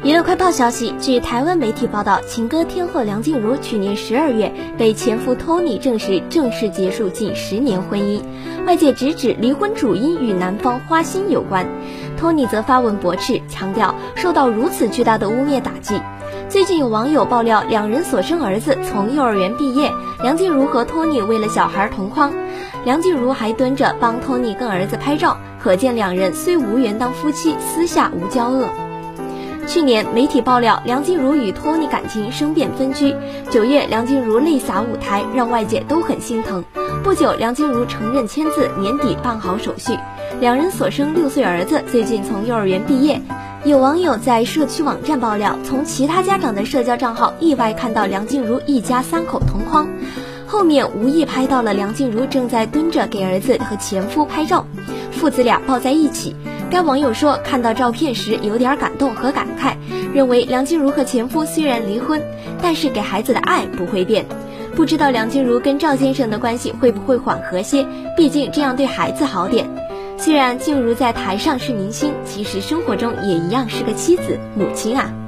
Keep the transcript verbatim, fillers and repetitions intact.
娱乐快报消息，据台湾媒体报道，情歌天后梁静茹去年十二月被前夫 Tony 证实正式结束近十年婚姻，外界直指离婚主因与男方花心有关。Tony 则发文驳斥，强调受到如此巨大的污蔑打击。最近有网友爆料，两人所生儿子从幼儿园毕业，梁静茹和 Tony 为了小孩同框，梁静茹还蹲着帮 Tony 跟儿子拍照，可见两人虽无缘当夫妻，私下无交恶。去年媒体爆料，梁静茹与 Tony 感情生变分居。九月，梁静茹泪洒舞台，让外界都很心疼。不久，梁静茹承认签字，年底办好手续。两人所生六岁儿子最近从幼儿园毕业。有网友在社区网站爆料，从其他家长的社交账号意外看到梁静茹一家三口同框，后面无意拍到了梁静茹正在蹲着给儿子和前夫拍照，父子俩抱在一起。该网友说，看到照片时有点感动和感慨，认为梁静茹和前夫虽然离婚，但是给孩子的爱不会变。不知道梁静茹跟赵先生的关系会不会缓和些，毕竟这样对孩子好点。虽然静茹在台上是明星，其实生活中也一样是个妻子、母亲啊。